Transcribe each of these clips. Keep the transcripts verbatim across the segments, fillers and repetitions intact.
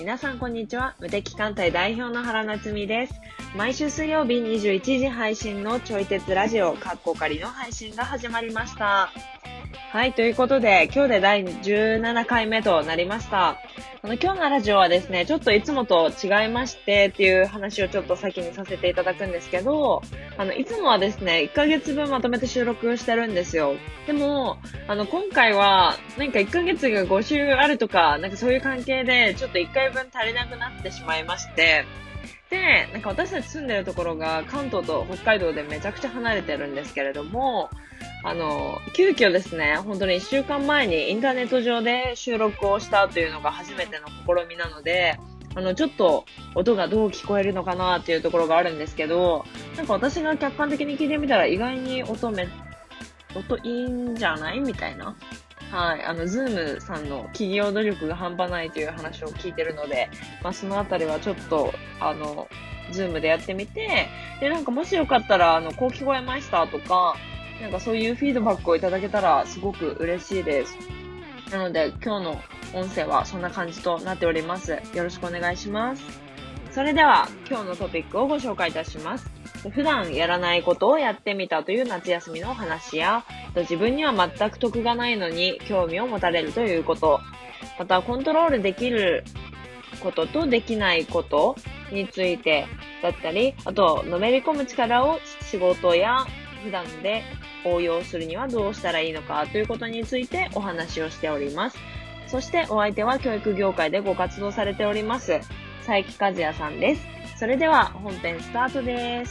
皆さんこんにちは。無敵艦隊代表の原夏実です。毎週水曜日にじゅういちじ配信のちょい鉄ラジオカッコ仮の配信が始まりました。はい、ということで今日でだいじゅうななかいめとなりました。あの今日のラジオはですね、ちょっといつもと違いましてっていう話をちょっと先にさせていただくんですけど、あのいつもはですね、いっかげつぶんまとめて収録してるんですよ。でもあの今回はなんかいっかげつがご週あるとか、なんかそういう関係でちょっといっかいぶん足りなくなってしまいまして、で、なんか私たち住んでるところが関東と北海道でめちゃくちゃ離れてるんですけれども、あの、急遽ですね、本当にいっしゅうかんまえにインターネット上で収録をしたというのが初めての試みなので、あの、ちょっと音がどう聞こえるのかなっていうところがあるんですけど、なんか私が客観的に聞いてみたら意外に音め、音いいんじゃないみたいな。はい。あの、ズームさんの企業努力が半端ないという話を聞いてるので、まあそのあたりはちょっと、あの、ズームでやってみて、で、なんかもしよかったら、あの、こう聞こえましたとか、なんかそういうフィードバックをいただけたらすごく嬉しいです。なので今日の音声はそんな感じとなっております。よろしくお願いします。それでは今日のトピックをご紹介いたします。普段やらないことをやってみたという夏休みのお話や、自分には全く得がないのに興味を持たれるということ、またコントロールできることとできないことについてだったり、あとのめり込む力を仕事や普段で応用するにはどうしたらいいのかということについてお話をしております。そしてお相手は教育業界でご活動されております佐伯和也さんです。それでは本編スタートです。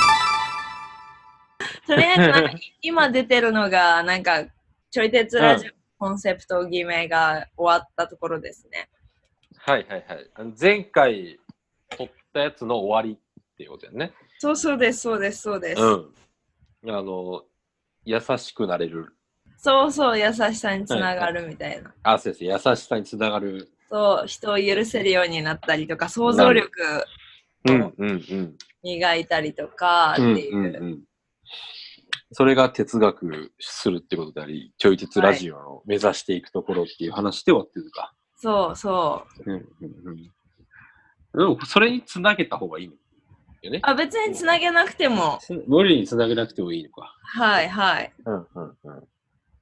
とりあえずなんか今出てるのがなんかちょい鉄ラジオコンセプト決めが終わったところですね。 はいはいはい。あの前回撮ったやつの終わりっていうことだよね。 そうそうですそうですそうです。 うん。あの優しくなれる。 そうそう、優しさにつながるみたいな。はいはい、 あ、そうです。優しさにつながる。 そう、人を許せるようになったりとか、想像力を磨いたりとかっていう。うんうんうんうん、 それが哲学するってことであり、ちょい鉄ラジオの目指していくところっていう話で終わってるか。はい、 そうそう。 うんうんうん、でもそれにつなげた方がいいのよね。 あ、別につなげなくても。 無理につなげなくてもいいのか。 はいはい。 うんうんうん。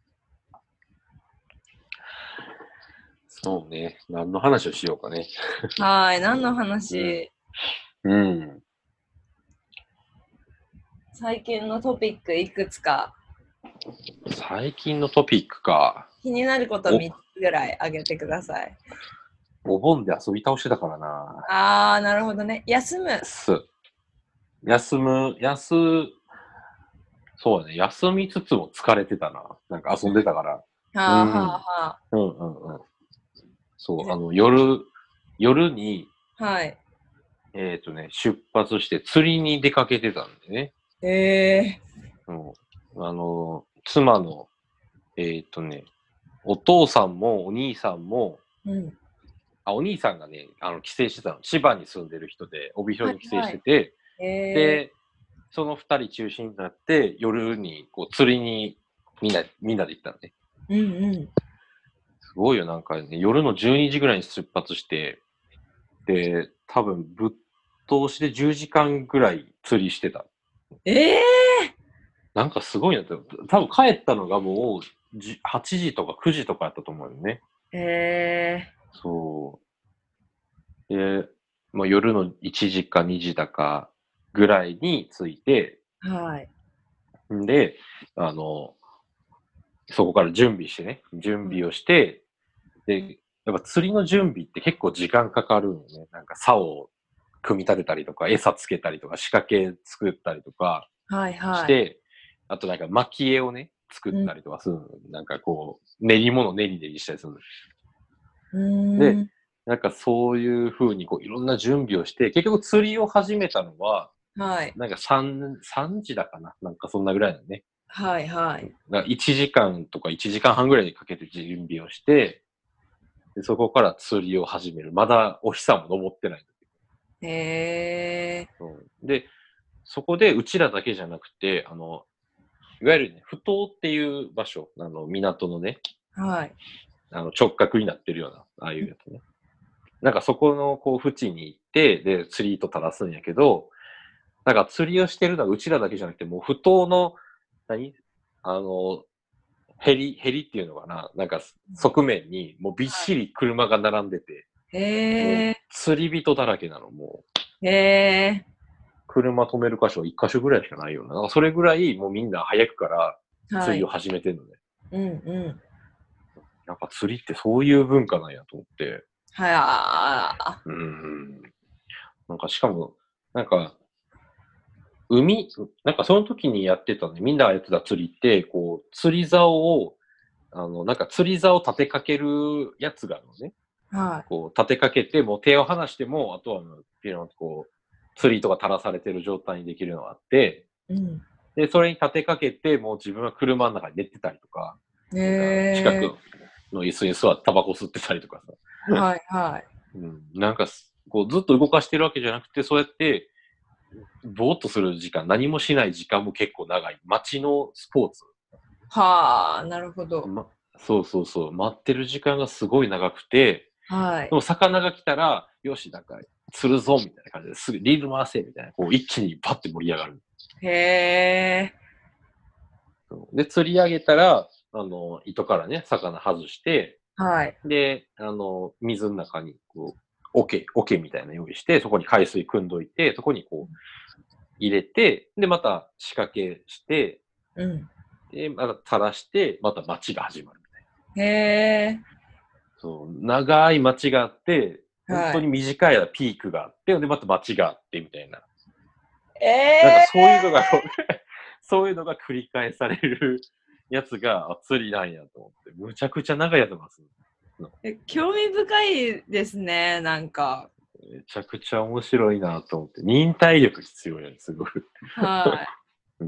そうね。何の話をしようかね。 はい。何の話、 うん、うん。 最近のトピックいくつか。 最近のトピックか。 気になることみっつぐらいあげてください。 お盆で遊び倒してたからな。 あー、なるほどね。休む。 す。休む、休、そうだね。休みつつも疲れてたな。なんか遊んでたから。 はあ、うん、はあはあ。 うんうんうん。そう、あの、夜、夜に、 はい。 えっとね、出発して釣りに出かけてたんでね。 えー。うん。あの、妻の、えっとね、お父さんもお兄さんも、 うん、 あ、お兄さんがね、あの、帰省してたの。千葉に住んでる人で、帯広に帰省してて、はいはい、で、その二人中心になって、夜に、こう、釣りに、みんな、みんなで行ったのね。 うんうん。 すごいよ、なんかね、夜のじゅうにじぐらいに出発して、で、多分、ぶっ通しでじゅうじかんぐらい釣りしてた。 ええー、 なんかすごいなって、多分帰ったのがもう、はちじとかくじとかやったと思うよね。 ええー。そう。で、まあ、夜のいちじかにじだかぐらいに着いて、 はい。 んで、あの、そこから準備してね、準備をして、うん、で、やっぱ釣りの準備って結構時間かかるのね。なんか竿を組み立てたりとか、餌つけたりとか、仕掛け作ったりとかして、はいはい、あとなんか巻き絵をね、作ったりとかするの。うん、なんかこう、練り物練り練りしたりするの。 うんで、なんかそういう風にこういろんな準備をして、結局釣りを始めたのは、はい、なんか3、3時だかな、なんかそんなぐらいだね。 はいはい。 だからいちじかんとかいちじかんはんぐらいにかけて準備をして、でそこから釣りを始める。まだお日さんも登ってない。 へー。 で、そこでうちらだけじゃなくて、あの、いわゆるね、埠頭っていう場所、あの、港のね、 はい。 あの、直角になってるような、ああいうやつね。 なんかそこのこう、淵に行って、で、釣り糸垂らすんやけど、なんか釣りをしてるのはうちらだけじゃなくて、もう埠頭の、何あの、ヘリ、ヘリっていうのかななんか側面にもうびっしり車が並んでて、もうへえ、 釣り人だらけなの、もう。 へえ、 車止める箇所はいっ箇所ぐらいしかないような。なんかそれぐらいもうみんな早くからはい。 釣りを始めてんのね。 うんうん。 やっぱ釣りってそういう文化なんやと思って。 はやうん。なんかしかも、なんか、海、なんかその時にやってたね、みんながやってた釣りって、こう、釣り竿を、あの、なんか釣り竿を立てかけるやつがあるのね。 ー。はこう、立てかけて、もう手を離しても、あとはもう、ピロンとこう、釣り糸が垂らされてる状態にできるのがあって、 い。うん。 で、それに立てかけて、もう自分は車の中に寝てたりとか、なんか、近くへえ、 の椅子に座ってタバコ吸ってたりとかさ。 はいはい。 うん、なんかす、こう、ずっと動かしてるわけじゃなくて、そうやって、ぼーっとする時間、何もしない時間も結構長い。街のスポーツ。 はあ、なるほど。 ま、そうそうそう。待ってる時間がすごい長くて、 はい。 でも魚が来たら、よし、なんか、釣るぞみたいな感じですぐリール回せみたいな、こう一気にバッて盛り上がる。 へえ、 で、釣り上げたら、あの、糸からね、魚外して、 はい。 で、あの、水の中に、こう、桶、桶みたいなの用意して、そこに海水汲んどいて、そこにこう、入れて、で、また仕掛けして、 うん。 で、また垂らして、また街が始まるみたいな。 へえ、 そう、長い街があって、本当にはい。 短い間ピークがあって、で、また街があってみたいな。なんかえそういうのがそういうのが繰り返されるやつが、あ、釣りなんやと思って、むちゃくちゃ長いやつます。 え、興味深いですね、なんか。 めちゃくちゃ面白いなと思って。忍耐力必要やね、すごい。 はうん。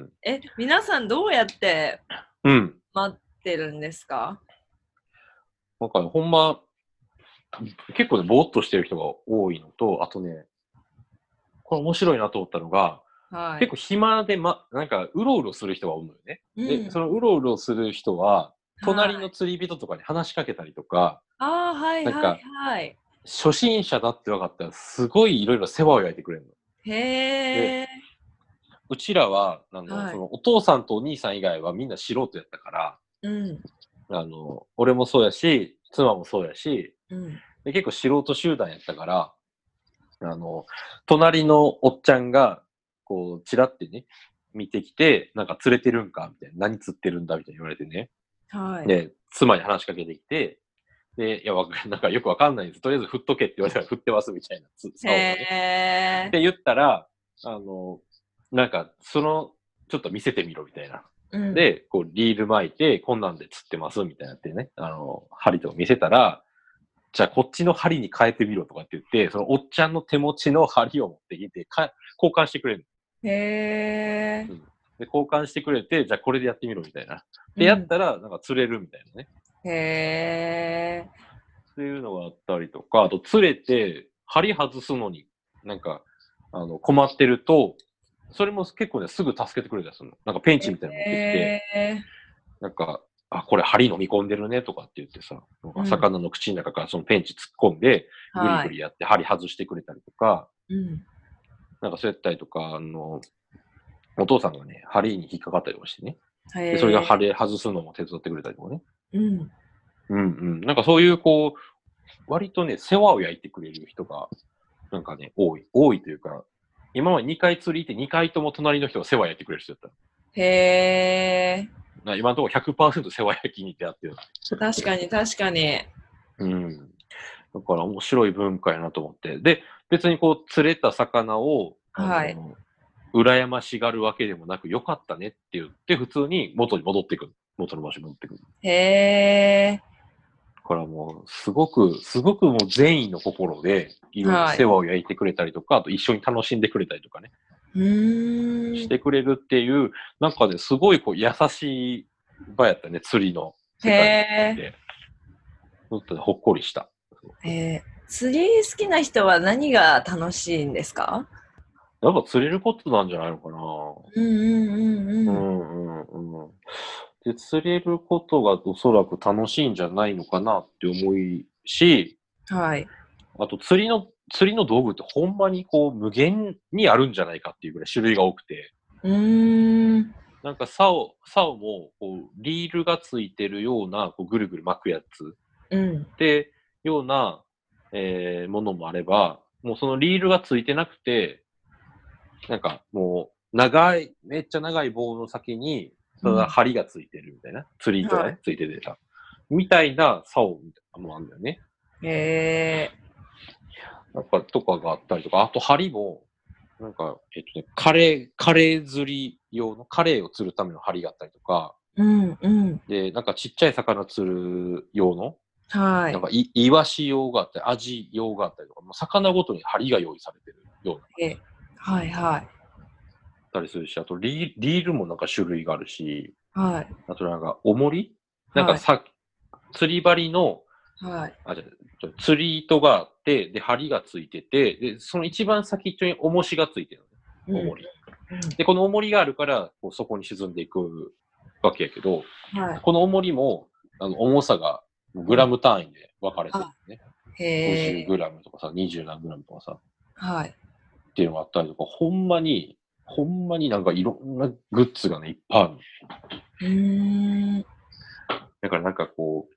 い。え、皆さんどうやってうん。 待ってるんですか？ なんかね、ほんま、結構ね、ぼーっとしてる人が多いのと、あとね、これ面白いなと思ったのが、 はい。 結構暇で、ま、なんか、うろうろする人が多いのよね。で、 うん。 そのうろうろする人は、 はい。 隣の釣り人とかに話しかけたりとか、 ああ、はいはいなんか、 はい。 初心者だって分かったら、すごいいろいろ世話を焼いてくれるの。で、 へえ。 うちらは、あの、 はい。 その、お父さんとお兄さん以外はみんな素人やったから、 うん。 あの、俺もそうやし、妻もそうやし、 うん。 で結構素人集団やったから、あの、隣のおっちゃんが、こう、ちらってね、見てきて、なんか釣れてるんかみたいな。何釣ってるんだみたいに言われてね。 はい。 で、妻に話しかけてきて、で、いや、わかなんかよくわかんないんです。とりあえず振っとけって言われたら振ってますみたいな、つへ竿をね。ってえ。 言ったら、あの、なんか、その、ちょっと見せてみろみたいな。 うん。 で、こう、リール巻いて、こんなんで釣ってますみたいなってね、あの、針とか見せたら、じゃあこっちの針に変えてみろとかって言って、そのおっちゃんの手持ちの針を持ってきて、か交換してくれるへえ。 の。うん。で、交換してくれて、じゃあこれでやってみろみたいな。で、やっうん。 たら、なんか釣れるみたいなね。 へえ。 そういうのがあったりとか、あと釣れて、針外すのに、なんか、あの、困ってると、それも結構ね、すぐ助けてくれたりするの。なんかペンチみたいなの持ってきて、 へえ。 なんか、あ、これ針飲み込んでるねとかって言ってさ、なんかうん。 魚の口の中からそのペンチ突っ込んで、ぐりはい。 ぐりやって針外してくれたりとか、 うん。 なんかそうやったりとか、あの、お父さんがね、針に引っかかったりもしてね。で、それがへえ。 針外すのも手伝ってくれたりとかね。 うん。 うんうん。なんかそういうこう、割とね、世話を焼いてくれる人が、なんかね、多い。多いというか、今までにかい釣り行ってにかいとも隣の人が世話焼いてくれる人だった。 へえ。 な今のところひゃくパーセント世話焼きに出会ってる。 確かに確かに。 うん。だから面白い文化やなと思って。で、別にこう、釣れた魚を、あはい。 の、羨ましがるわけでもなく、よかったねって言って、普通に元に戻ってくる。元の場所に戻ってくる。 へえ。 だからもう、すごく、すごくもう善意の心で、いろいろはい。 世話を焼いてくれたりとか、あと一緒に楽しんでくれたりとかね、 うーん。 してくれるっていう、なんかね、すごいこう優しい場やったね、釣りのへ世界に行っえ。 て。ちょっとね、ほっこりした。 えー、釣り好きな人は何が楽しいんですか？ やっぱ釣れることなんじゃないのかな。 うんうんうんううん。 んうんうん。で、釣れることがおそらく楽しいんじゃないのかなって思いし、 はい。 あと釣りの、釣りの道具ってほんまにこう無限にあるんじゃないかっていうぐらい種類が多くて。 うーん。 なんか竿、竿もこうリールがついてるようなこうぐるぐる巻くやつうん。 ってような、えーものもあれば、もうそのリールがついてなくて、なんかもう長い、めっちゃ長い棒の先に、ただ針がついてるみたいな。釣り糸がね、 はい。 ついててさ。みたいな竿みたいなのもあるんだよね。 へえ。 なんかとかがあったりとか、あと針も、なんか、えっとね、カレー、カレー釣り用の、カレーを釣るための針があったりとか、 うんうん。 で、なんかちっちゃい魚釣る用の、 はい。 なんかい、イワシ用があったり、アジ用があったりとか、もう魚ごとに針が用意されてるような感じえ、はいはい。 たりするし、あとリーリールもなんか種類があるし、 はい。 あとなんか重りなんかはい。 さ、釣り針の、 はい。 あ、じゃあ釣り糸があって、で、針がついてて、で、その一番先っちょに重しがついてるのね。重り。 うん。 で、この重りがあるから、こうそこに沈んでいくわけやけど、 はい。 この重りも、あの、重さがグラム単位で分かれてるあ、 ね。 へえ。 ごじゅうグラムとかさ、にじゅう何グラムとかさ、っはい。 ていうのがあったりとか、ほんまに、ほんまになんかいろんなグッズがね、いっぱいあるの。 うーん。 だからなんかこう、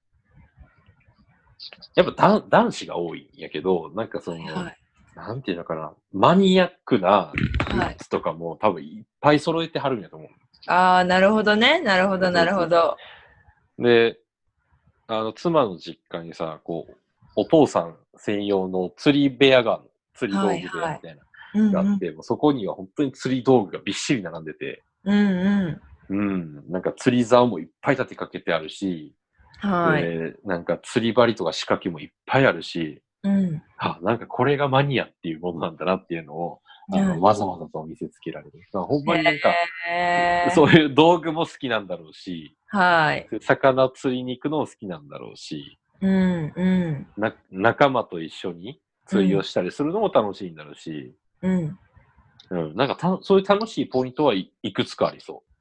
やっぱだ男子が多いんやけど、なんかその、 はい。 なんていうのかな、マニアックなグッはい。 ズとかも多分いっぱい揃えてはるんやと思う。 ああ、なるほどね。なるほど、なそうそうそるほど。 う。で、あの、妻の実家にさ、こう、お父さん専用の釣り部屋があるの。釣り道具部屋はいはい。 みたいな。 うんうん。 があって、もうそこには本当に釣り道具がびっしり並んでて、 うんうん。 うん、なんか釣り竿もいっぱい立てかけてあるし、 はい。 で、なんか釣り針とか仕掛けもいっぱいあるし、 うん。 あ、なんかこれがマニアっていうものなんだなっていうのを、あの、 はい。 わざわざと見せつけられる。だからほんまになんか、 へえ。 そういう道具も好きなんだろうし、 はい。 魚釣りに行くのも好きなんだろうし、 うんうん。 な仲間と一緒に釣りをしたりするのも楽しいんだろうし、 うん。 うん、なんかたそういう楽しいポイントはいいくつかありそう。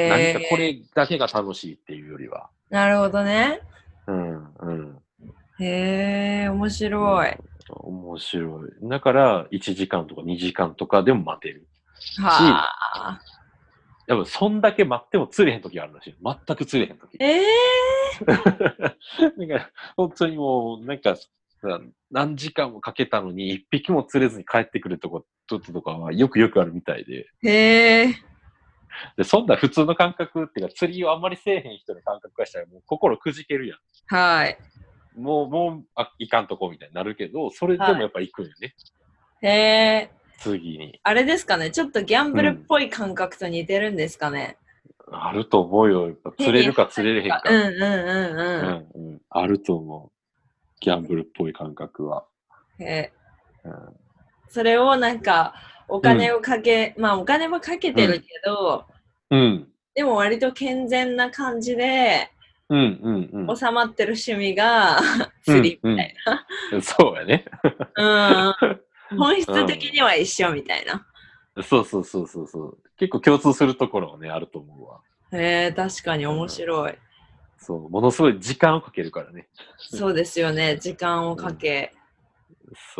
何へかこえ。 れだけが楽しいっていうよりは。 なるほどね。 うん、うん。 へえ、面うん、 白い。 面白い。だから、いちじかんとかにじかんとかでも待てるし、 はあ。 やっぱそんだけ待っても釣れへん時あるらしい。全く釣れへん時。 ええ。 なんか、本当にもう、なんか、何時間もかけたのに一匹も釣れずに帰ってくるとこ、ちょっととかはよくよくあるみたいで。 へえ。 で、そんな普通の感覚っていうか、釣りをあんまりせえへん人の感覚がしたらもう心くじけるやはい。 ん。もう、もう、あ、いかんとこみたいになるけど、それでもはやっぱ行くんよね。 い。へえ。 次に。 あれですかね。ちょっとギャンブルっうん。 ぽい感覚と似てるんですかね。 あると思うよ。やっぱ手に入釣れるか釣れれへんるか。うんか。 うんうんううん、うん。あると思う。ギャンブルっぽい感覚は。 ん。へえ。 うん。 それをなんか、おうん。 金をかけ、まあお金もかけてるけど、 うん。 でも割と健全な感じでうん。うん。うん。 収まってる趣味がうん。 釣りみたいうん。そうやね。 な。うん。本質的うには一緒みたいな。 ん。そうそうそうそうそう。結構共通するところはね、あると思うわ。 へえ、確かに面うん。 白い。 そう。ものすごい時間をかけるからね。 そうですよね。時間をうん。 かけ。 そう。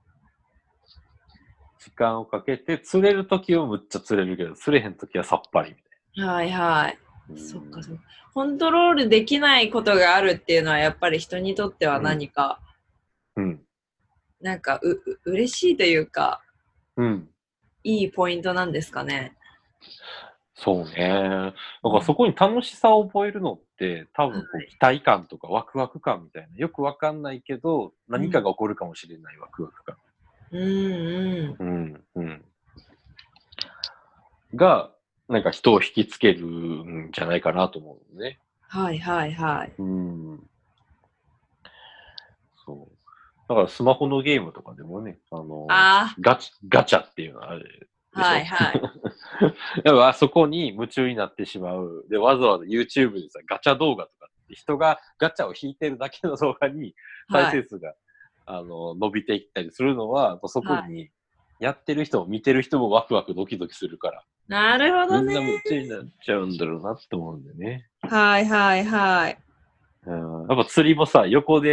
時間をかけて、釣れるときはむっちゃ釣れるけど、釣れへんときはさっぱりみたはいはい。 いな。 そっかそっか。コントロールできないことがあるっていうのはやっぱり人にとってはうん。 何か、 うん。 なんかう、う、嬉しいというか、 うん。 いいポイントなんですかね。 そうね。だからそうん、 こに楽しさを覚えるのって、多は分こうい。 期待感とかワクワク感みたいな、よくわかんないけど、 うん。 何かが起こるかもしれないワクワク感。 うんうん。 うん、うん。が、なんか人を引きつけるんじゃないかなと思うね。 はいはいはい。 うん。そう。だからスマホのゲームとかでもね、あの、 あガチ、ガチャっていうのあるあ、 でしょ。 はいはい。 やっぱあそこに夢中になってしまう。で、わざわざ YouTube でさ、ガチャ動画とかって人がガチャを引いてるだけの動画に再はい。 生数が、あの、伸びていったりするのは、そこはい。 にやってる人も見てる人もワクワクドキドキするから、 なるほどね。 みんな夢中になっちゃうんだろうなって思うんだよね。 はいはいはい。 うん、やっぱ釣りもさ、横で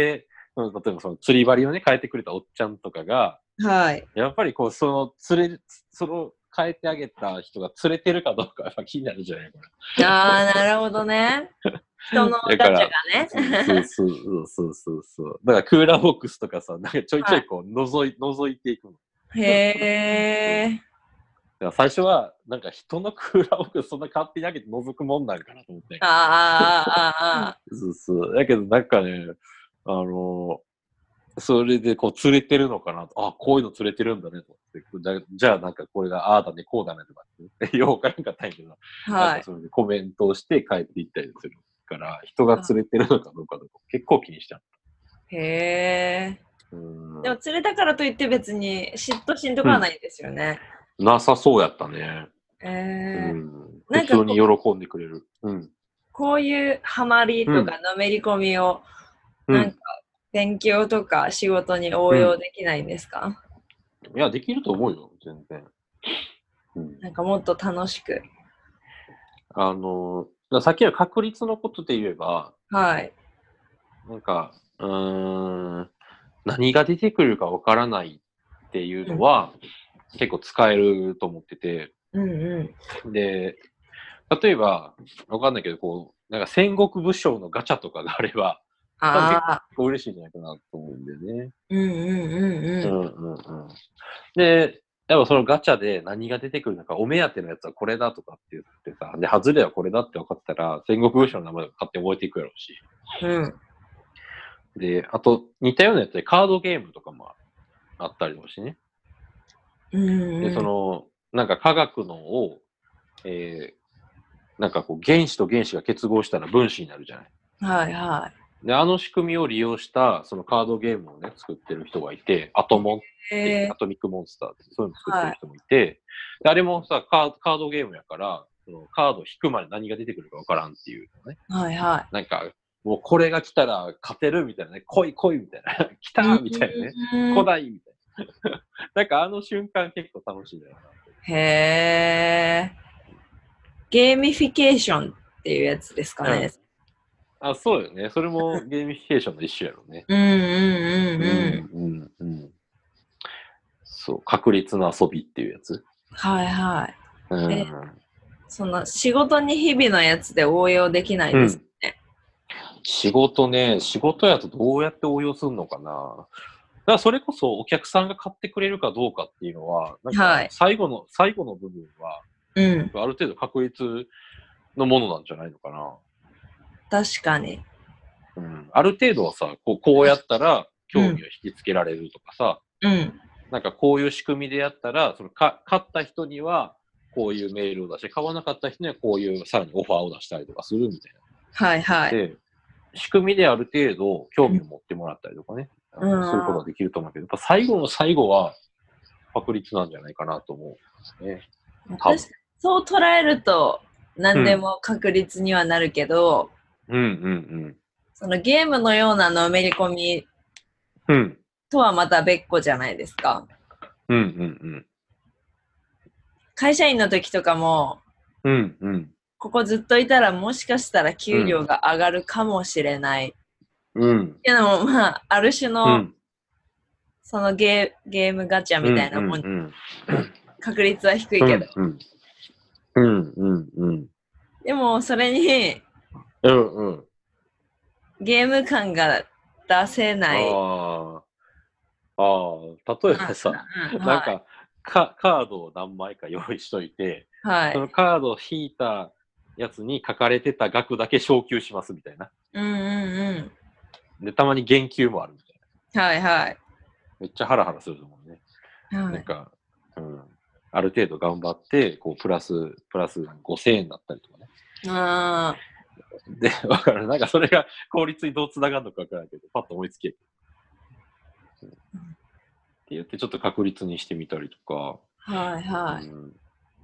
例えばその釣り針をね、変えてくれたおっちゃんとかが、 はい。 やっぱりこう、その、釣れ、その、変えてあげた人が釣れてるかどうかやっぱ気になるじゃないかああ、なるほどね。人のな。だガチャから、そうがね。 そうそうそうそうそう。だからクーラーボックスとかさ、なんかちょいちょはいこう、覗い、覗いていくの。 い。へえ。 だから最初は、なんか人のクーラーボックスそんな勝手に開けて覗くもんなんかなと思って。 ああ、ああ、ああ。 そうそう。だけどなんかね、あのそれでこう釣れてるのかなと。あ、こういうの釣れてるんだねと思って。じゃあなんかこれがああだね、こうだねとかって。よくわからんかったんやけど、なんはい。 かそれでコメントをして帰っていったりするから、人が釣れてるのかどうかとか結構気にしちゃう。 へえ。 うんでも釣れたからといって別に嫉妬心とかはないんですよね。 なさそうやったね。 へえ。 うん。 なんかこう、 普通に喜んでくれる。うん。 こういうハマりとかのめり込みを、 うん。 なんか勉強とか仕事に応うん。 用できないんですか？ いや、できると思うよ、全然。うん。 なんかもっと楽しく。 あの、さっきの確率のことで言えば、 はい。 なんか、うーん、何が出てくるかわからないっていううん。 のは、結構使えると思ってて、 うんうん。 で、例えば、わかんないけど、こう、なんか戦国武将のガチャとかがあれば、多分結ああ。 構嬉しいんじゃないかなと思うんだよね。 うんうんうんうん。 うんうんうん。で、やっぱそのガチャで何が出てくるのか、お目当てのやつはこれだとかって言ってさ、で、外れはこれだって分かったら、戦国武将の名前を勝手に覚えていくやろうし。 うん。 で、あと、似たようなやつでカードゲームとかもあったりもしてね。 うんで、そうん。 の、なんか科学のを、えー、なんかこう原子と原子が結合したら分子になるじゃない。 はいはで、あの仕組みを利用した、そのカードゲームをね、作ってる人がいて、アトモンっい。 ていう、アえトミックモンスターって、そういうの作ってー、はい。 る人もいて、であれもさカー、カードゲームやから、そのカード引くまで何が出てくるかわからんっていうのね。 はいはなんか、もうこれが来たら勝てるみたいなね、来い来いみたいな、来たい。 ーみたいなね、 うん。 来ないみたいな。なんかあの瞬間結構楽しいんだよな。 へえ。ゲーミフィケーションっていうやつですかね。 あ、そうよね。それもゲーミフィケーションの一種やろうね。 うんうんうんううん。 んうんうん。そう、確率の遊びっていうやつ。 はいはい。 うん。 え、その仕事に日々のやつで応用できないですうん。 ね。 仕事ね、仕事やとどうやって応用するのかな。だからそれこそお客さんが買ってくれるかどうかっていうのは、なんかはい。 最後の、最後の部分は、 うん。 ある程度確率のものなんじゃないのかな。 確かに。 うん。ある程度はさ、こうこうやったらうん興味を引きつけられるとかさ、 うん。 なんかこういう仕組みでやったら、そのか買った人にはこういうメールを出して、買わなかった人にはこういうさらにオファーを出したりとかするみたいな。 はいはい。 で、仕組みである程度興味を持ってもらったりとかね、あのうん。 そういうことができると思うけど、やっぱ最後の最後は確率なんじゃないかなと思うんですね。多分。 私、そう捉えると何でうん。 も確率にはなるけど、 うんうんそのゲームのようなのめり込みうん。うん。 とはまた別個じゃないですか。 うんうん会社員の時とかも、 うん。うんうん。 ここずっといたらもしかしたら給うん料が上がるかもしれない。っうんていうのも、まあ、ある種の、 うんそのゲーゲームガチャみたいなもん、 うん確率は低いけど。 うんうんうんうんでも、それにうんうんゲーム感が出せない。 ああ、ああ、例えばさ、 うんうんはい。 なんかか、カードを何枚か用意しといて、 はい。 そのカードを引いたやつに書かれてた額だけ昇給しますみたいな。 うんうんで、たまに減給もあるみたいな。 うん。はいはい。 めっちゃハラハラすると思うね。 はい。 なんか、うん。ある程度頑張って、こう、プラス、プラスごせんえんだったりとかね。 あで、わかる。なんかそれが効率にどうつながるのかわからないけど、パッと思いつける。うん、って言って、ちょっと確率にしてみたりとか。 はいはい。 うん、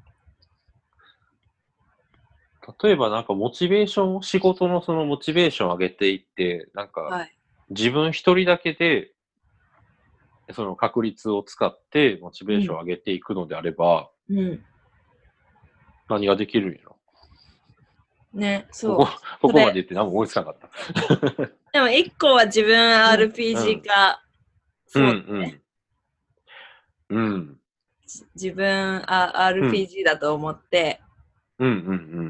例えばなんかモチベーション、仕事のそのモチベーションを上げていって、なんかはい。 自分一人だけでその確率を使ってモチベーションを上げていくのであれば、 うん。うん、 何ができるんやろ。 ね、そう。 ここ、ここまで言って何も思いつかなかっでも一個は自分 アールピージー 化、 うん、 そうね。 うん。うん。 自分あ アールピージー だと思って、 うん、うん、うん。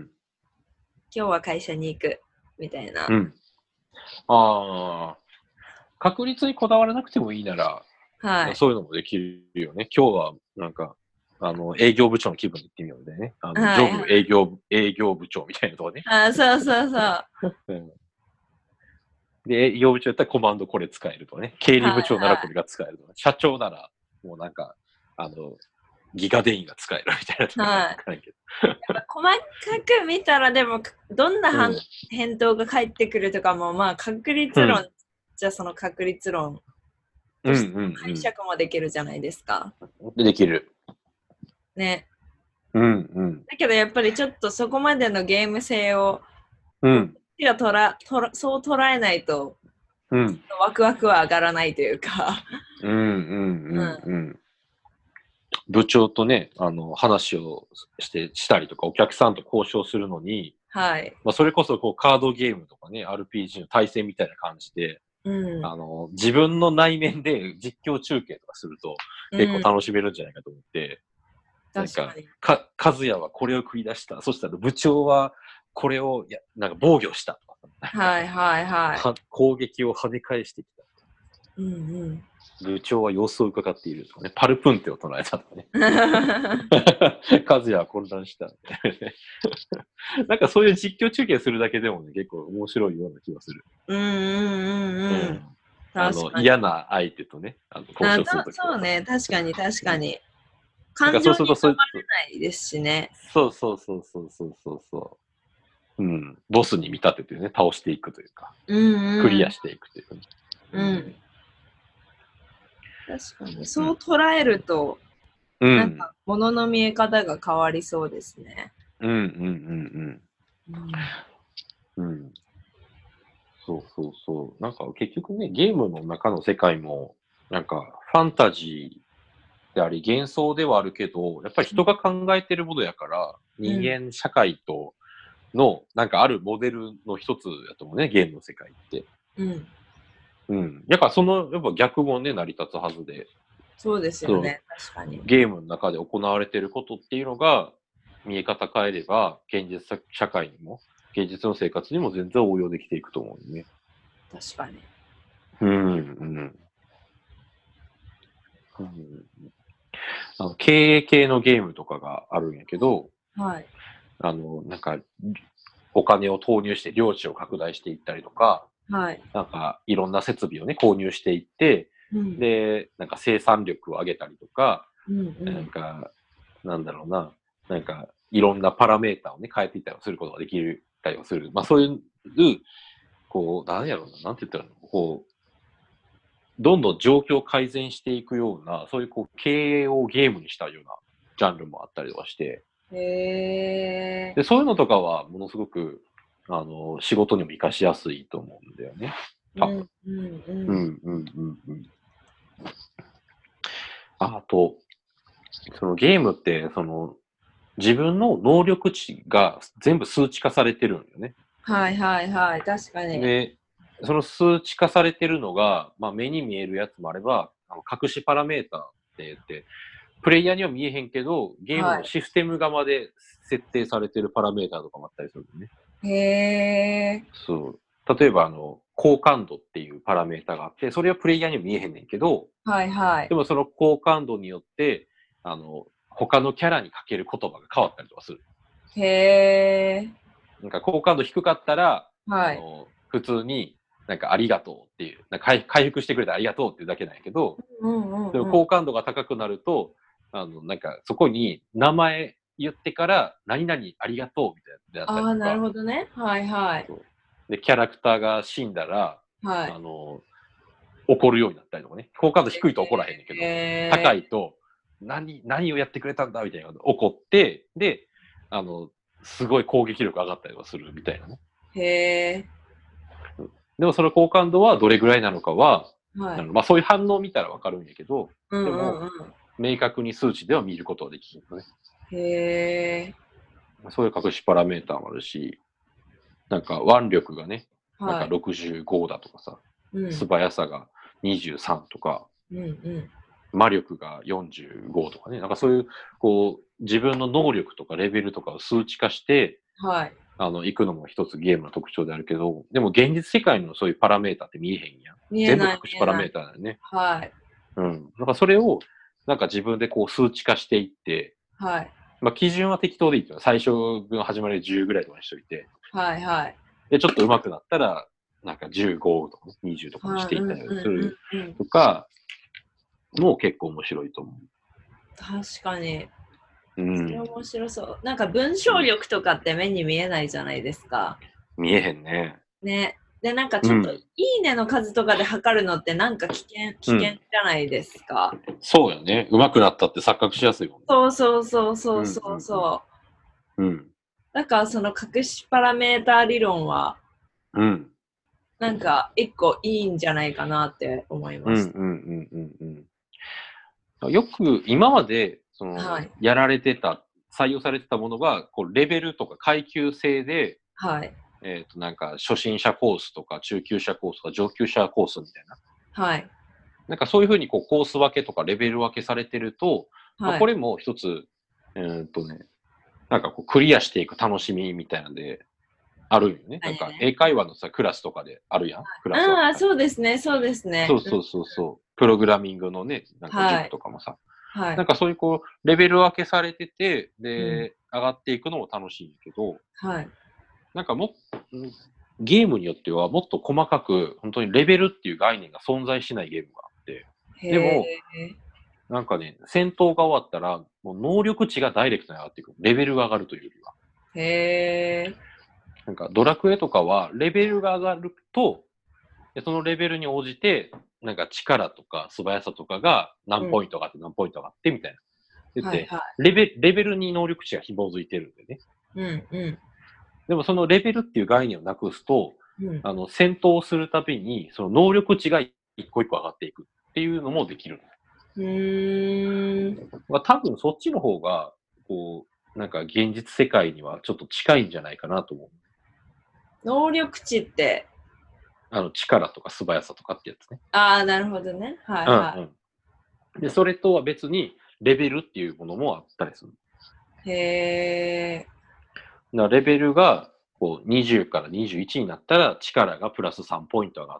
今日は会社に行くみたいな。 うん。ああ、確率にこだわらなくてもいいなら、 はい。 そういうのもできるよね。今日は、なんか、あの、営業部長の気分で行ってみようでね。あの、ジはい、 ョブ営業、営業部長みたいなとこね。 あ、そうそうそう。はうん。で、営業部長やったらコマンドこれ使えるとかね。経い、 理部長ならこはれが使えるとか、社長なら、もうなんか、あの、ギガデインが使えるみたいなとい。 か、 はい。 わからんけど。 細かく見たらでもどんな反、 うん。 返答が返ってくるとかもまあ確率論、 うん。 じゃあその確率論うん、うとしての解ん、 釈もできるじゃないですか。 うん。で、できる。 ね。 うん、うん。 だけどやっぱりちょっとそこまでのゲーム性をこう、 うん。 がとらとらそう捉えないとうん。 ワクワクは上がらないというか。 うん、うん、うん、うん。部長とね、あの、話をして、したりとか、お客さんと交渉するのに、 はい。 まあ、それこそこうカードゲームとかね、アールピージー の対戦みたいな感じで、 うん。 あの、自分の内面で実況中継とかすると、結構楽しめるんじゃないかと思って、うん、なんか、 確かに。 か、和也はこれを繰り出した。そしたら部長はこれを、や、なんか防御したとか、 はいはいはい。 は攻撃を跳ね返してきた。 うんうん。 部長は様子を伺っているとかね、パルプンテを唱えたとかね。和也は混乱した。なんかそういう実況中継するだけでもね、結構面白いような気がする。 うんうんうんうん。うん、 あの、 確かに。 嫌な相手とね、あの交あ、 渉するときは。 そうね。確かに確かに。 なんか感情にそうすると、そいつ、 飲まれないですしね。 そうそうそうそうそうそうそう。うん。ボスに見立ててね、倒していくというか、 うんうん。 クリアしていくというか、ね。 うん。確かに。そう捉えると、 うん。 なんか、物の見え方が変わりそうですね。 うんうんうんうんうん。うん。そうそうそう。なんか結局ね、ゲームの中の世界も、なんかファンタジーであり幻想ではあるけど、やっぱり人が考えてるものやから、人間社会とのなんかあるモデルの一つやと思うね、ゲームの世界って。 うん。 うん。だからそのやっぱ逆もね、成り立つはずで、 そうですよね。確かに。 ゲームの中で行われていることっていうのが、見え方変えれば、現実社会にも、現実の生活にも全然応用できていくと思うね。 確かに。 うん、うん。うん、あの経営系のゲームとかがあるんやけど、 はい。 あの、なんか、お金を投入して領地を拡大していったりとか、 はい。 なんか、いろんな設備をね、購入していって、 うん、 で、なんか生産力を上げたりとか、 うんうなんん。 か、なんだろうな、なんか、いろんなパラメータをね、変えていったりすることができたりをする。まあ、そういう、こう、なんやろうな、なんて言ったらいいの、こう、どんどん状況を改善していくような、そういうこう経営をゲームにしたようなジャンルもあったりとかして、 へで、そういうのとかはものすごく、あの、仕事にも活かしやすいと思うんだよね。 ー。 多分。 うんうんううん。 んうんうんうん。あと、そのゲームって、その、自分の能力値が全部数値化されてるんよね。 はいはいはい。確かに。 で、その数値化されてるのが、まあ、目に見えるやつもあれば、あの隠しパラメータって言って、プレイヤーには見えへんけど、ゲームのシステム側で設定されてるパラメータとかもあったりするのね。 へー。 そう。例えば、あの、好感度っていうパラメータがあって、それはプレイヤーには見えへんねんけど、 はいはい。 でもその好感度によって、あの、他のキャラにかける言葉が変わったりとかする。 へー。 なんか好感度低かったら、 はい。 あの普通になんかありがとうっていう、なんか回回復してくれてありがとうっていうだけなんやけど、 うんうんでもうん。 好感度が高くなると、あの、なんかそこに名前言ってから何々ありがとうみたいなやつだったああ、なるりとか、 ほどね。はいはい。 そうで、キャラクターが死んだら、 はい。 あの、怒るようになったりとかね。好感度低いと怒らへんねんけど、高へいと、何、何をやってくれたんだみたいなのが怒って、で、あの、すごい攻撃力上がったりとかするみたいなね。 ー。へでもその好感度はどれぐらいなのかは、 ー。はい。 あのまあそういう反応を見たらわかるんやけど、 うんうでも、 んうん。 明確に数値では見ることはできるのね。 へー。 そういう隠しパラメーターもあるし、なんか腕力がね、 なんかはい。 ろくじゅうごだとかさ、 うん。 素早さがにじゅうさんとか、 うんうん。 魔力がよんじゅうごとかね、なんかそういう、こう、自分の能力とかレベルとかを数値化して、 はい。 あの、行くのも一つゲームの特徴であるけど、でも現実世界のそういうパラメータって見えへんやん。全部見えない隠しパラメ見えない。 ータだよね。 はい。 うん。なんかそれを、なんか自分でこう数値化していって、 はい。 まあ基準は適当でいいっていうのは最初の始まりでじゅうぐらいとかにしといて、 はいはい。 で、ちょっと上手くなったら、なんかじゅうごとかね、にじゅうとかにしはい。うんていったりうんするうんうん。 とか、もう結構面白いと思確かに。 う。うそれん。 面白そう。なんか文章うん、 力とかって目に見えないじゃないですか。 見えへんね。 ね。で、なんかちょっと、いうん。 いねの数とかで測るのってなんか危険、危険じうん。 ゃないですか。 そうよね。上手くなったって錯覚しやすいもんね。 そうそうそうそうんうそううんそう。 うん。うん。 だからその隠しパラメータ理論は、 うん。 なんか一個いいんじゃないかなって思いうんうんました。 うんうんうん。よく今まで、その、 はい。 やられてた、採用されてたものが、こう、レベルとか階級制で、 はい。 えっと、なんか、初心者コースとか、中級者コースとか、上級者コースみたいな。 はい。 なんかそういうふうにこうコース分けとかレベル分けされてると、まあ、 はい。 これも一つ、えーっとね、なんかこうクリアしていく楽しみみたいなので、あるよね。なんか英何ね。 会話のさ、クラスとかであるやん。クラス分ああ、 けされてる。 そうですね、そうですね。うん、 そうそうそうそう。プログラミングのね、なんかはい。 塾とかもさ、 はい。 なんかそういうこう、レベル分けされてて、 うん。 で、上がっていくのも楽しいんだけど、 はい。 なんかもっゲームによってはもっと細かく、本当にレベルっていう概念が存在しないゲームがあって、 へでも、 え。 なんかね、戦闘が終わったら、もう能力値がダイレクトに上がっていく。レベルが上がるというよりは。 へえ。 なんかドラクエとかは、レベルが上がると、でそのレベルに応じて、なんか力とか素早さとかが何うん。 ポイント上がって何ポイント上がってみたいな。言って、 はいはレベレベルに能力値が紐づいてるんでね。 い。うんうでもそのレベルっていう概念をなくすと、 ん。うん。 あの、戦闘をするたびに、その能力値が一個一個上がっていくっていうのもできる。 うーん。 まあ、多分そっちの方が、こう、なんか現実世界にはちょっと近いんじゃないかなと思う。 能力値って、 あの、力とか素早さとかってやつね。 ああ、なるほどね。はいうんはうん。で、それとは別に、レベルっていうものもあったりする。 い。へえ。 だからレベルが、こう、にじゅうからにじゅういちになったら、力がプラスさんポイント上がって、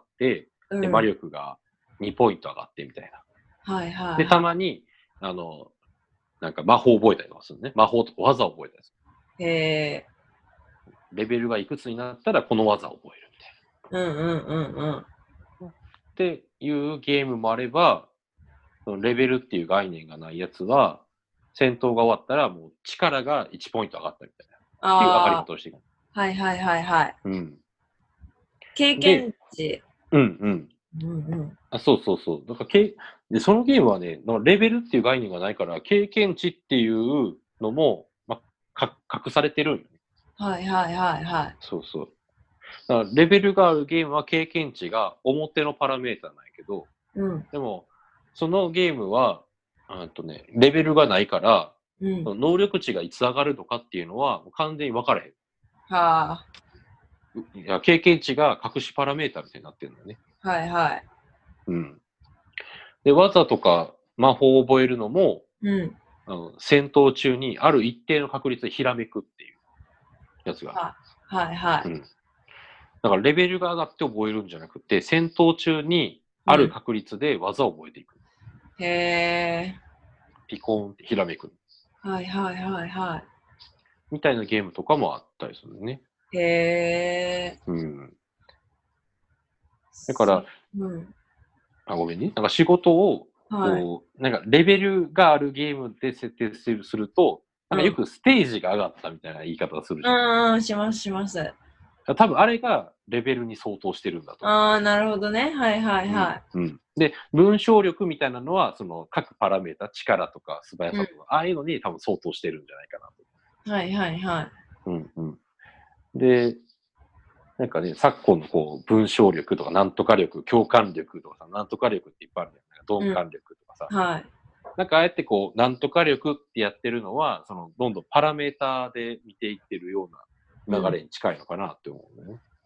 で、魔うん。 力がにポイント上がってみたいな。 はいはいで、たはまに、あの、なんか魔法覚えたりとかするね。魔法とか技を覚えたりすい。へえ。 る。レベルがいくつになったら、この技を覚えるみたいな。 うんうんうんうん。 っていうゲームもあれば、そのレベルっていう概念がないやつは、戦闘が終わったらもう力がいちポイント上がったみたいな。っていう上がりあ方をしていく。 あ、はいはいはいはい。 うん。 経験で、 値。 うんうん。 うんうん。 あ、そうそうそう。だからけで、そのゲームはね、なんかレベルっていう概念がないから、経験値っていうのも、ま、か隠されてるんよね。 はいはいはいはい。 そうそう。だからレベルがあるゲームは経験値が表のパラメータなんやけど、 うん。 でも、そのゲームは、うんとね、レベルがないから、 うん。 その能力値がいつ上がるのかっていうのは、もう完全に分からへん。 はあ。 いや、経験値が隠しパラメータみたいになってるんだよね。 はいはい。 うん。で、技とか魔法を覚えるのも、 うん。 あの戦闘中にある一定の確率でひらめくっていうやつがあはいはいはる。うい。 ん。だからレベルが上がって覚えるんじゃなくて、戦闘中にある確率で技を覚えていく。 へえ。 ピコーンってひらめく。 はいはいはいはみたいなゲームとかもあったりするね。 い。へえ。 うん。だから、 うん。 あ、ごめんね。なんか仕事を、 はい。 こう、なんかレベルがあるゲームで設定するすると、なんかよくステージが上がったみたいな言い方をするじゃん。 うん、うん、しますします。 多分あれがレベルに相当してるんだと思う。 ああ、なるほどね。はいはいはうんうん、で、文章力みたいなのは、その各パラメータ、力とか素早さとか、 うん、 ああいうのに多分相当してるんじゃないかなと。 い。はいはいはい。 うんうん、で、なんかね、昨今のこう文章力とか、なんとか力、共感力とかさ、なんとか力っていっぱいあるじゃない。鈍感力とかさ、 うん、はい。 なんかああやってこう、なんとか力ってやってるのは、そのどんどんパラメーターで見ていってるような流れに近いのかなって思うね。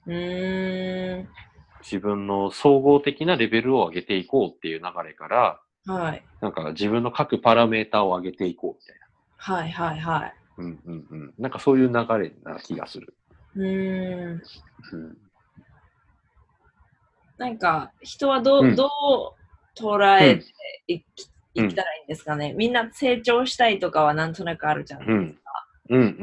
うーん。 自分の総合的なレベルを上げていこうっていう流れから、 はい。 なんか自分の各パラメータを上げていこうみたいな。 はいはいはい。 うんうんうん。なんかそういう流れな気がする。 うーん。 うん。 なんか、人はどう、 うんどう捉えてうん。 いき、 うん。 いったらいいんですかね。みんな成長したいとかはなんとなくあるじゃないですうん。うんうんうん。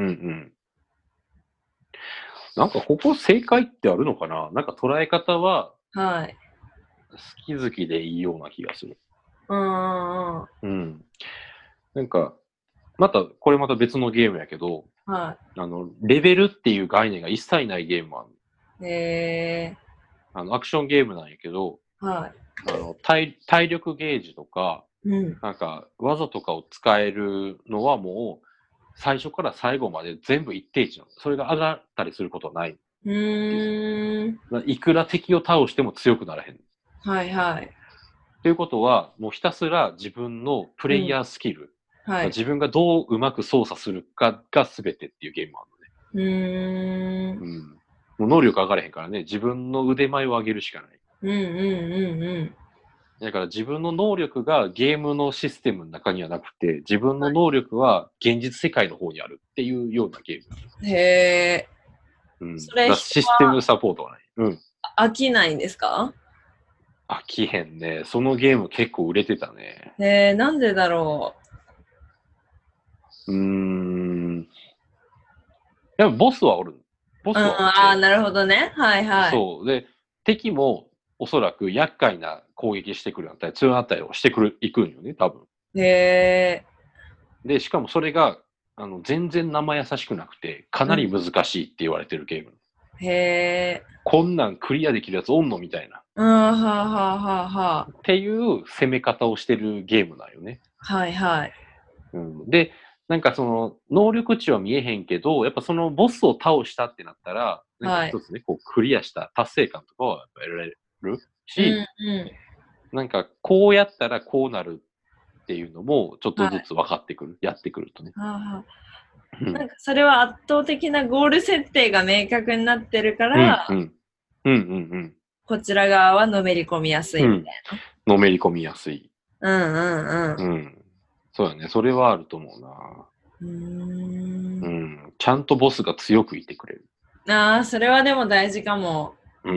なんかここ正解ってあるのかな。なんか捉え方はか。はい。 好き好きでいいような気がする。 うんうんうん。 うん。なんか、また、これまた別のゲームやけど、 はあの、レベルっていう概念が一切ないゲームもある。 い。えあの、アクションゲームなんやけど、 ー、はあの、体、体力ゲージとか、 い。うん。 なんか、技とかを使えるのはもう、最初から最後まで全部一定値なの。それが上がったりすることはないっうていう。 ーん。 いくら敵を倒しても強くならへん。 はいはい。 ということは、もうひたすら自分のプレイヤースキル、 はい。 自分がどううまく操作するかが全てっていうゲームなうーん。 のね。うん。もう能力上がれへんからね、自分の腕前を上げるしかない。 うんうんうんうん。 だから自分の能力がゲームのシステムの中にはなくて、自分の能力は現実世界の方にあるっていうようなゲームなんです。 へえ。 うん。 それだシステムサポートはない。うん。 飽きないんですか？ 飽きへんね。そのゲーム結構売れてたね。 へえ、なんでだろうーん。でもボスはおる。ボう。うん、 スはおっああ、 て。 なるほどね。はいはい。 そう。で、敵もおそらく厄介な攻撃してくるようなったり、強なったりをしてくる、いくんよね、多分。 へえ。 で、しかもそれが、あの、全然生優しくなくて、かなり難しいって言われてるゲーム。 へえ。 こんなんクリアできるやつおんのみたいな。 うん、はあはあはあはあ。 っていう攻め方をしてるゲームなんよね。 はいはい。 うん、で、なんかその、能力値は見えへんけど、やっぱそのボスを倒したってなったら、なんか一つね、こうクリアした達成感とかはやっぱ得られるうんし、 うなんかこうやったらこうなるっていうのもちょっん。はい。 とずつ分かってくる。やってくるとね。 はあはあ。 うんなんかそれは圧倒的なゴール設定が明確になってるかうんら、 うん。うんうんうんこちら側はのめり込みやすいみたいうん。のめり込みやすい。 な。うんうんうん。 うん。そうだね。それはあると思うな。 うーうんん。ちゃんとボスが強くいてくれる。 ああ、それはでも大事かも。 うん。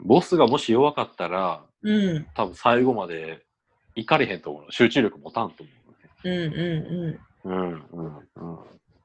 ボスがもし弱かったら、 うん。 多分最後まで行かれへんと思う。集中力持たんと思うんうんうう、ね。うんうんうん。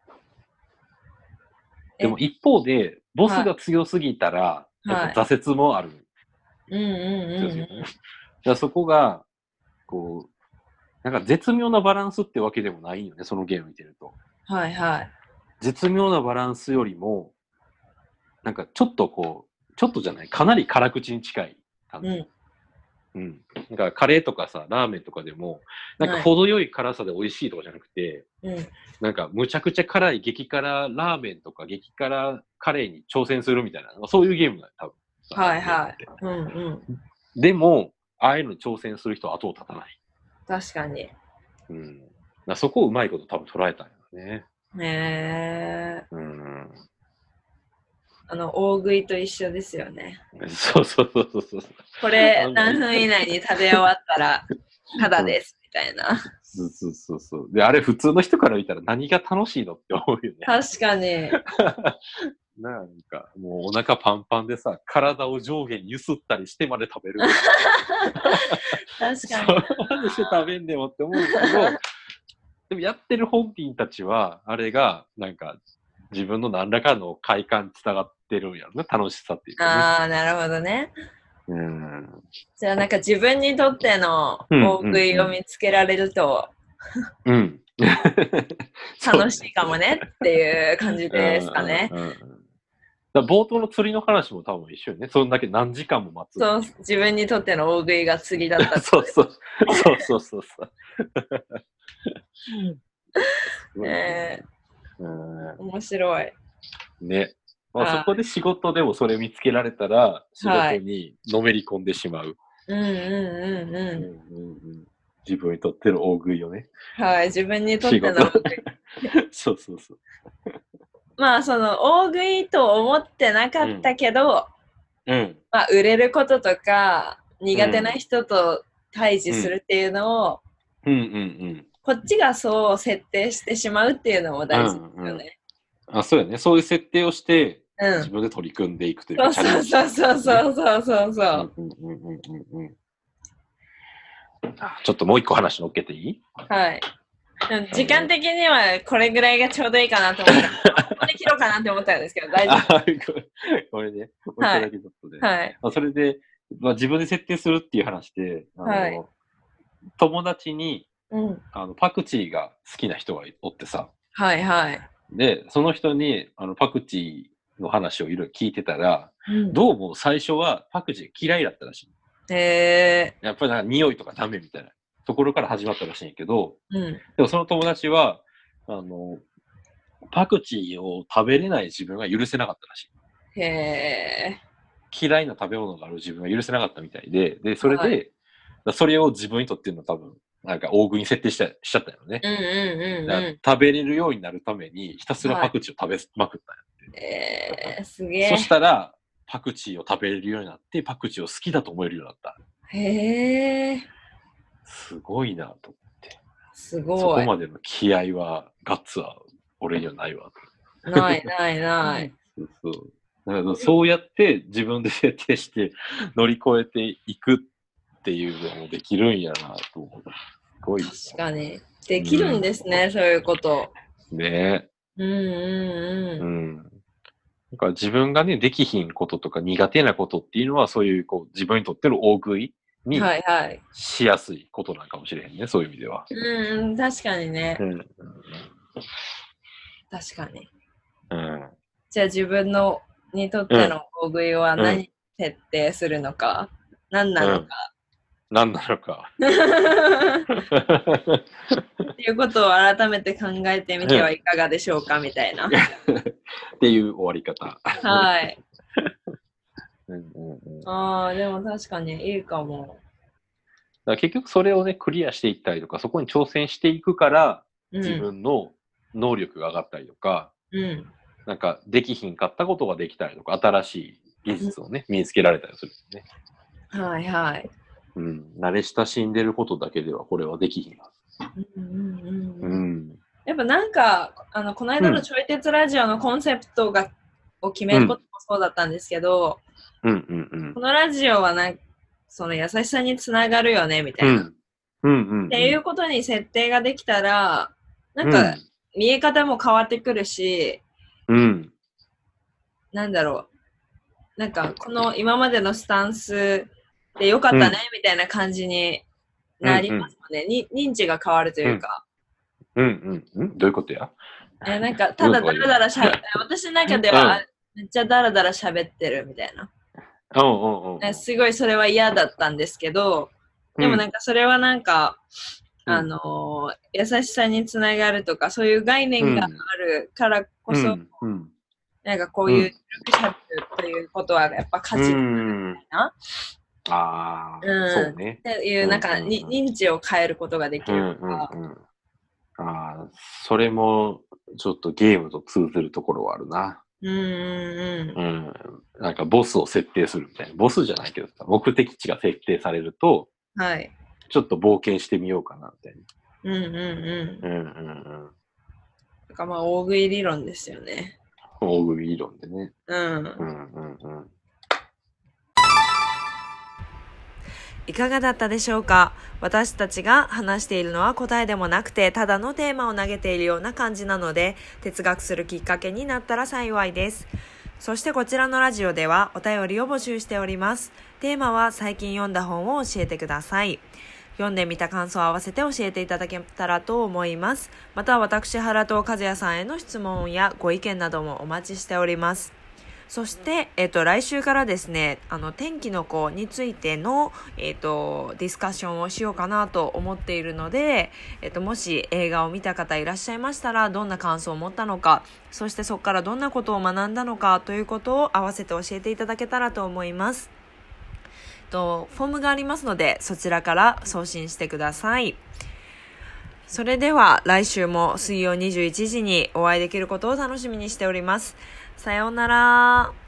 えでも一方で、ボスはいが強すぎたら、やっぱはい。 挫折もある。 うんうん強すぎたら。 うんうん。 だからそこが、こう、なんか絶妙なバランスってわけでもないよね、そのゲーム見てると。 はいはい。 絶妙なバランスよりも、なんかちょっとこう、ちょっとじゃない、かなり辛口に近い感じ。 うん。 うん。なんかカレーとかさ、ラーメンとかでも、なんかはい。 程よい辛さで美味しいとかじゃなくて、 うん。 なんかむちゃくちゃ辛い激辛ラーメンとか激辛カレーに挑戦するみたいな、そういうゲームだよ、多分。 はいはい。うんうん。 でも、ああいうのに挑戦する人は後を絶たない。 確かに。 うん。だからそこをうまいこと多分捉えたんよね。 へえ。 うん。 あの、大食いと一緒ですよね。 そうそうそうそうそう。 これあの何分以内に食べ終わったら、ただです、みたいな。 そうそうそうそう。で、あれ普通の人から見たら何が楽しいのって思うよね。 確かに。 なんか、もうお腹パンパンでさ、体を上下に揺すったりしてまで食べる。 確かに。 そうまでして食べんでもって思うんだけど、でもやってる本人たちは、あれが、なんか、自分の何らかの快感につながってるんやろね。楽しさっていうかね。 ああ、なるほどね。 うん。 じゃあなんか自分にとってのうん大食いを見つけられるとうん。 楽しいかもねっていう感じですかね。 うんうんうんうんだから冒頭の釣りの話も多分一緒よね。そんだけ何時間も待つ。 そう、自分にとっての大食いが釣りだったってそうそう。そうそうそうそう。 ね。 うん面白い。 ね。まあ、 はいそこで仕事でもそれ見つけられたら、仕はい事にのめり込んでしまう。 うんうんうんうんううんうん自分にとっての大食いをね。 ん。はい、自分にとっての仕事。そうそうそう。 まあその大食いと思ってなかったけど、 うん。 まあ、売れることとか、苦手な人と対峙するっていうのを、 うんうんうん。 こっちがそう設定してしまうっていうのも大事ですよね。 うんうん、あ、そうやね。そういう設定をして、 うん、 自分で取り組んでいくというか、チャレそうンジしていく、ね。 そうそうそうそうそう。 うんうんうんうんうん。ちょっともう一個話乗っけていい？ はい。時間的にはこれぐらいがちょうどいいかなと思った。ここで切ろうかなって思ったんですけど、大丈夫？ これね、もう一個だけちょっとね。 はい。 まあ、それで、まあ、自分で設定するっていう話で、あの、はい、友達に、うん、あのパクチーが好きな人がおってさ。 はいはい。 で、その人にあのパクチーの話をいろいろ聞いてたら、うん、どうも最初はパクチー嫌いだったらしい。 へー。 やっぱりなんか匂いとかダメみたいなところから始まったらしいんやけど、 うん、 でもその友達は、あの、パクチーを食べれない自分が許せなかったらしい。へー。嫌いな食べ物がある自分が許せなかったみたいで、で、それで、はい、それを自分にとっての多分、なんか大食いに設定しちゃしちゃったよね。 うんうんうんうん、 食べれるようになるためにひたすらパクチーを食べまくったんやって。 はい、えー、すげえ。 そしたら、パクチーを食べれるようになって、パクチーを好きだと思えるようになった。 へえ。すごいなと思って。 すごい。 そこまでの気合は、ガッツは俺にはないわ。 ないないない。 そうそう。だからそうやって自分で設定して乗り越えていくっていうのもできるんやなと思う。すごい。 確かに。できるんですね、うん、そういうこと。 ねえ。うんうんうん。 うん。だから自分がね、できひんこととか苦手なことっていうのは、そういうこう自分にとっての大食いにしやすいことなんかもしれへんね、はいはい、そういう意味では。 うん、確かにね。 うん、 確かに。 うん。 じゃあ自分のにとっての大食いは何設定するのか、うん、何なのか。 うん、何なのか。 っていうことを改めて考えてみてはいかがでしょうか、みたいな。 っていう終わり方。 はい。 うんうんうん、 ああ、でも確かにいいかも。 だから結局それをね、クリアしていったりとか、そこに挑戦していくから、うん、自分の能力が上がったりとか、 うん、 なんかできひんかったことができたりとか、新しい技術をね、身につけられたりするんですね。はいはい。 うん、慣れ親しんでることだけではこれはできひんはず。うんうんうんうん、やっぱなんかあのこの間のちょい鉄ラジオのコンセプトが、うん、を決めることもそうだったんですけど、 うんうんうん、 このラジオはなんその優しさにつながるよねみたいな、 うんうんうんうん、 っていうことに設定ができたらなんか見え方も変わってくるし、 うん、 なんだろうなんかこの今までのスタンスでよかったね、うん、みたいな感じになりますよね、うんうん、に認知が変わるというか、 うんうんうん、どういうことや？ えなんかただだらだらしゃべ私の中では、うん、めっちゃだらだらしゃべってるみたいな、 うんうんうん、 すごいそれは嫌だったんですけど、でもなんかそれはなんか、うん、あのー、優しさにつながるとかそういう概念があるからこそ、うんうん、なんかこういう緩くしゃべるということはやっぱ価値があるみたいな、 うん、ああ、 うん、 そうね。 っていうなんか、うんうんうん、認知を変えることができるとか、 うんうんうん、ああ、それもちょっとゲームと通ずるところはあるな。 うんうんうん。 うん。なんかボスを設定するみたいな。ボスじゃないけどさ、目的地が設定されると、 はい。 ちょっと冒険してみようかなみたいな。うんうんうん。 うんうんうん。 なんかまあ大食い理論ですよね。 大食い理論でね。 うん。うんうんうん。 いかがだったでしょうか？私たちが話しているのは答えでもなくて、ただのテーマを投げているような感じなので、哲学するきっかけになったら幸いです。そしてこちらのラジオではお便りを募集しております。テーマは最近読んだ本を教えてください。読んでみた感想を合わせて教えていただけたらと思います。また私原と和也さんへの質問やご意見などもお待ちしております。そして、えっと、来週からですね、あの、天気の子についての、えっと、ディスカッションをしようかなと思っているので、えっと、もし映画を見た方いらっしゃいましたら、どんな感想を持ったのか、そしてそこからどんなことを学んだのかということを合わせて教えていただけたらと思います。えっと、フォームがありますので、そちらから送信してください。それでは、来週も水曜にじゅういちじにお会いできることを楽しみにしております。さようなら。